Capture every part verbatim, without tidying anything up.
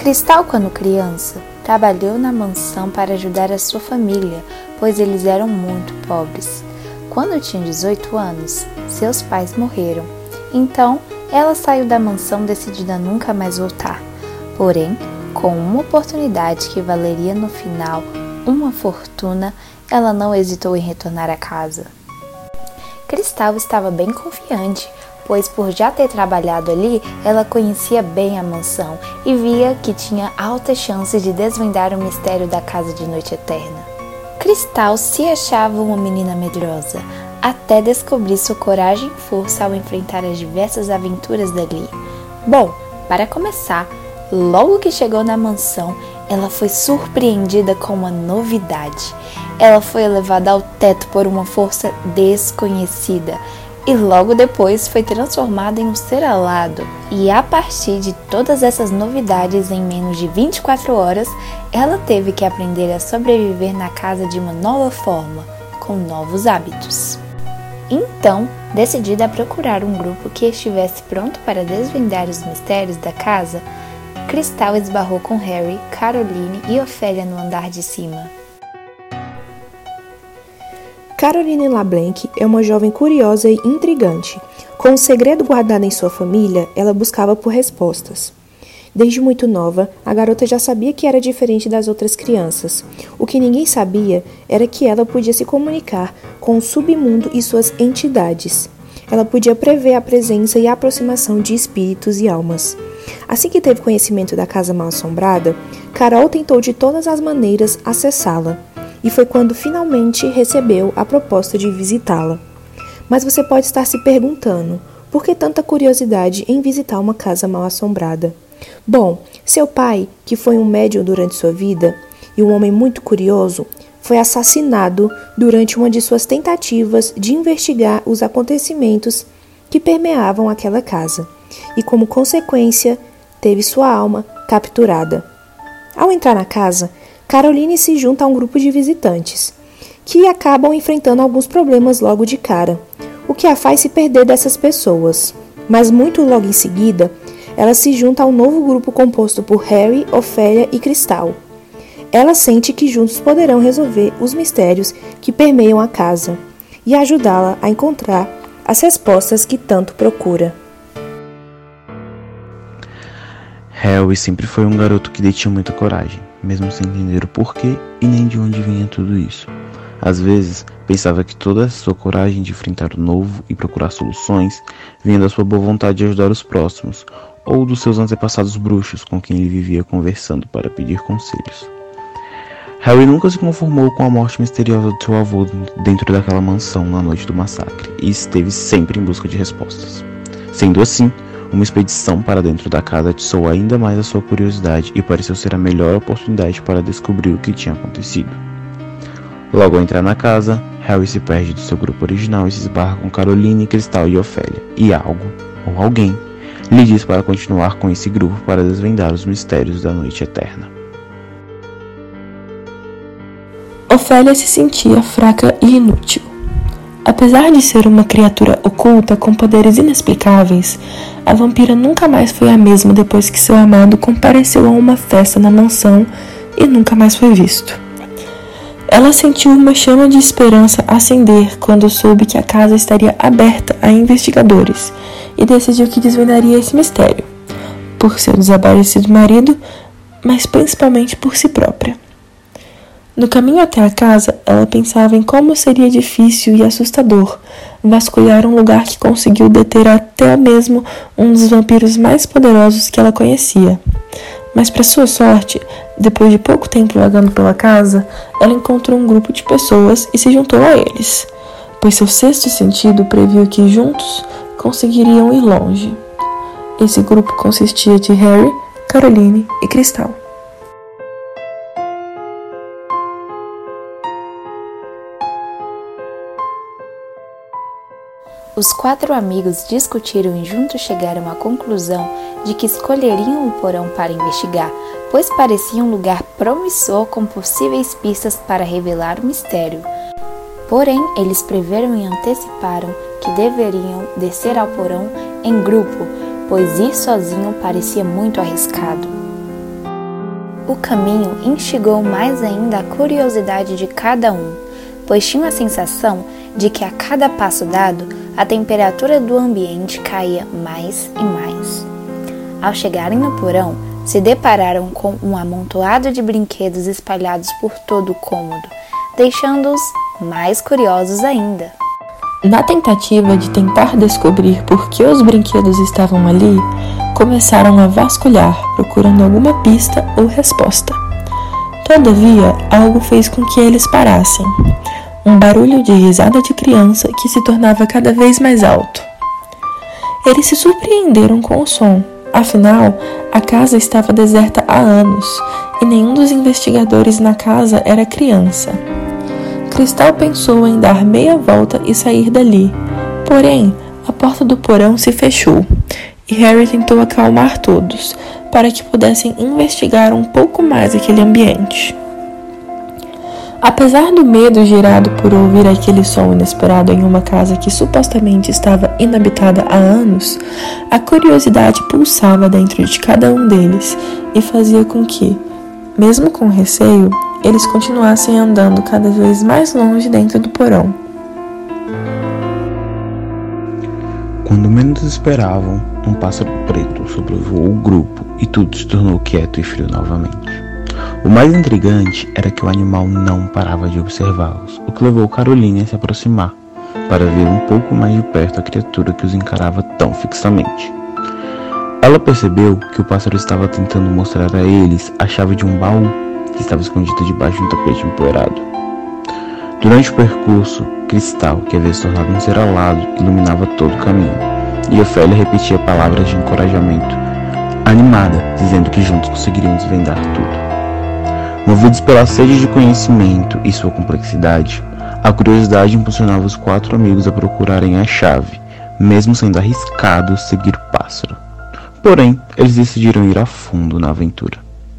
Cristal, quando criança, trabalhou na mansão para ajudar a sua família, pois eles eram muito pobres. Quando tinha dezoito anos, seus pais morreram. Então, ela saiu da mansão decidida a nunca mais voltar. Porém, com uma oportunidade que valeria no final uma fortuna, ela não hesitou em retornar à casa. Cristal estava bem confiante, pois por já ter trabalhado ali, ela conhecia bem a mansão e via que tinha altas chances de desvendar o mistério da Casa de Noite Eterna. Cristal se achava uma menina medrosa, até descobrir sua coragem e força ao enfrentar as diversas aventuras dali. Bom, para começar, logo que chegou na mansão, ela foi surpreendida com uma novidade. Ela foi elevada ao teto por uma força desconhecida e logo depois foi transformada em um ser alado. E a partir de todas essas novidades, em menos de vinte e quatro horas, ela teve que aprender a sobreviver na casa de uma nova forma, com novos hábitos. Então, decidida a procurar um grupo que estivesse pronto para desvendar os mistérios da casa, Cristal esbarrou com Harry, Caroline e Ofélia no andar de cima. Caroline LeBlanc é uma jovem curiosa e intrigante. Com um segredo guardado em sua família, ela buscava por respostas. Desde muito nova, a garota já sabia que era diferente das outras crianças. O que ninguém sabia era que ela podia se comunicar com o submundo e suas entidades. Ela podia prever a presença e a aproximação de espíritos e almas. Assim que teve conhecimento da Casa Mal-Assombrada, Carol tentou de todas as maneiras acessá-la. E foi quando finalmente recebeu a proposta de visitá-la. Mas você pode estar se perguntando, por que tanta curiosidade em visitar uma casa mal-assombrada? Bom, seu pai, que foi um médium durante sua vida e um homem muito curioso, foi assassinado durante uma de suas tentativas de investigar os acontecimentos que permeavam aquela casa. E como consequência, teve sua alma capturada. Ao entrar na casa, Caroline se junta a um grupo de visitantes, que acabam enfrentando alguns problemas logo de cara, o que a faz se perder dessas pessoas. Mas muito logo em seguida, ela se junta a um novo grupo composto por Harry, Ofélia e Cristal. Ela sente que juntos poderão resolver os mistérios que permeiam a casa e ajudá-la a encontrar as respostas que tanto procura. Harry sempre foi um garoto que detinha muita coragem, mesmo sem entender o porquê e nem de onde vinha tudo isso. Às vezes, pensava que toda a sua coragem de enfrentar o novo e procurar soluções vinha da sua boa vontade de ajudar os próximos, ou dos seus antepassados bruxos com quem ele vivia conversando para pedir conselhos. Harry nunca se conformou com a morte misteriosa do seu avô dentro daquela mansão na noite do massacre, e esteve sempre em busca de respostas. Sendo assim, uma expedição para dentro da casa atiçou ainda mais a sua curiosidade e pareceu ser a melhor oportunidade para descobrir o que tinha acontecido. Logo ao entrar na casa, Harry se perde do seu grupo original e se esbarra com Caroline, Cristal e Ofélia, e algo, ou alguém, lhe diz para continuar com esse grupo para desvendar os mistérios da Noite Eterna. Ofélia se sentia fraca e inútil. Apesar de ser uma criatura oculta com poderes inexplicáveis, a vampira nunca mais foi a mesma depois que seu amado compareceu a uma festa na mansão e nunca mais foi visto. Ela sentiu uma chama de esperança acender quando soube que a casa estaria aberta a investigadores e decidiu que desvendaria esse mistério, por seu desaparecido marido, mas principalmente por si própria. No caminho até a casa, ela pensava em como seria difícil e assustador vasculhar um lugar que conseguiu deter até mesmo um dos vampiros mais poderosos que ela conhecia. Mas, para sua sorte, depois de pouco tempo vagando pela casa, ela encontrou um grupo de pessoas e se juntou a eles, pois seu sexto sentido previu que juntos conseguiriam ir longe. Esse grupo consistia de Harry, Caroline e Cristal. Os quatro amigos discutiram e juntos chegaram à conclusão de que escolheriam o porão para investigar, pois parecia um lugar promissor com possíveis pistas para revelar o mistério. Porém, eles preveram e anteciparam que deveriam descer ao porão em grupo, pois ir sozinho parecia muito arriscado. O caminho instigou mais ainda a curiosidade de cada um, pois tinha a sensação de que a cada passo dado, a temperatura do ambiente caía mais e mais. Ao chegarem no porão, se depararam com um amontoado de brinquedos espalhados por todo o cômodo, deixando-os mais curiosos ainda. Na tentativa de tentar descobrir por que os brinquedos estavam ali, começaram a vasculhar, procurando alguma pista ou resposta. Todavia, algo fez com que eles parassem. Um barulho de risada de criança que se tornava cada vez mais alto. Eles se surpreenderam com o som. Afinal, a casa estava deserta há anos e nenhum dos investigadores na casa era criança. Cristal pensou em dar meia volta e sair dali, porém, a porta do porão se fechou e Harry tentou acalmar todos para que pudessem investigar um pouco mais aquele ambiente. Apesar do medo gerado por ouvir aquele som inesperado em uma casa que supostamente estava inabitada há anos, a curiosidade pulsava dentro de cada um deles e fazia com que, mesmo com receio, eles continuassem andando cada vez mais longe dentro do porão. Quando menos esperavam, um pássaro preto sobrevoou o grupo e tudo se tornou quieto e frio novamente. O mais intrigante era que o animal não parava de observá-los, o que levou Caroline a se aproximar, para ver um pouco mais de perto a criatura que os encarava tão fixamente. Ela percebeu que o pássaro estava tentando mostrar a eles a chave de um baú que estava escondida debaixo de um tapete empoeirado. Durante o percurso, Cristal, que havia se tornado um ser alado, iluminava todo o caminho, e Ofélia repetia palavras de encorajamento, animada, dizendo que juntos conseguiriam desvendar tudo. Movidos pela sede de conhecimento e sua complexidade, a curiosidade impulsionava os quatro amigos a procurarem a chave, mesmo sendo arriscado seguir o pássaro. Porém, eles decidiram ir a fundo na aventura.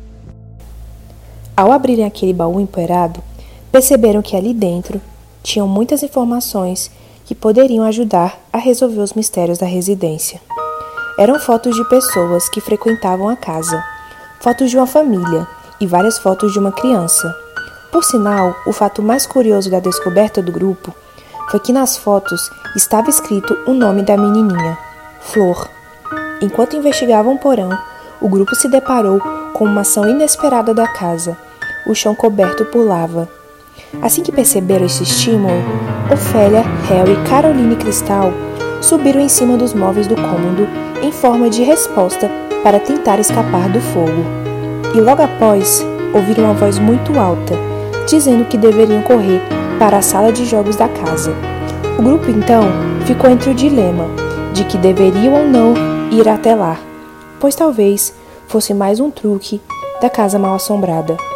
Ao abrirem aquele baú empoeirado, perceberam que ali dentro tinham muitas informações que poderiam ajudar a resolver os mistérios da residência. Eram fotos de pessoas que frequentavam a casa, fotos de uma família e várias fotos de uma criança. Por sinal, o fato mais curioso da descoberta do grupo foi que nas fotos estava escrito o nome da menininha, Flor. Enquanto investigavam o porão, o grupo se deparou com uma ação inesperada da casa, o chão coberto por lava. Assim que perceberam esse estímulo, Ofélia, Harry, Caroline e Cristal subiram em cima dos móveis do cômodo em forma de resposta para tentar escapar do fogo. E logo após, ouviram uma voz muito alta, dizendo que deveriam correr para a sala de jogos da casa. O grupo, então, ficou entre o dilema de que deveriam ou não ir até lá, pois talvez fosse mais um truque da casa mal-assombrada.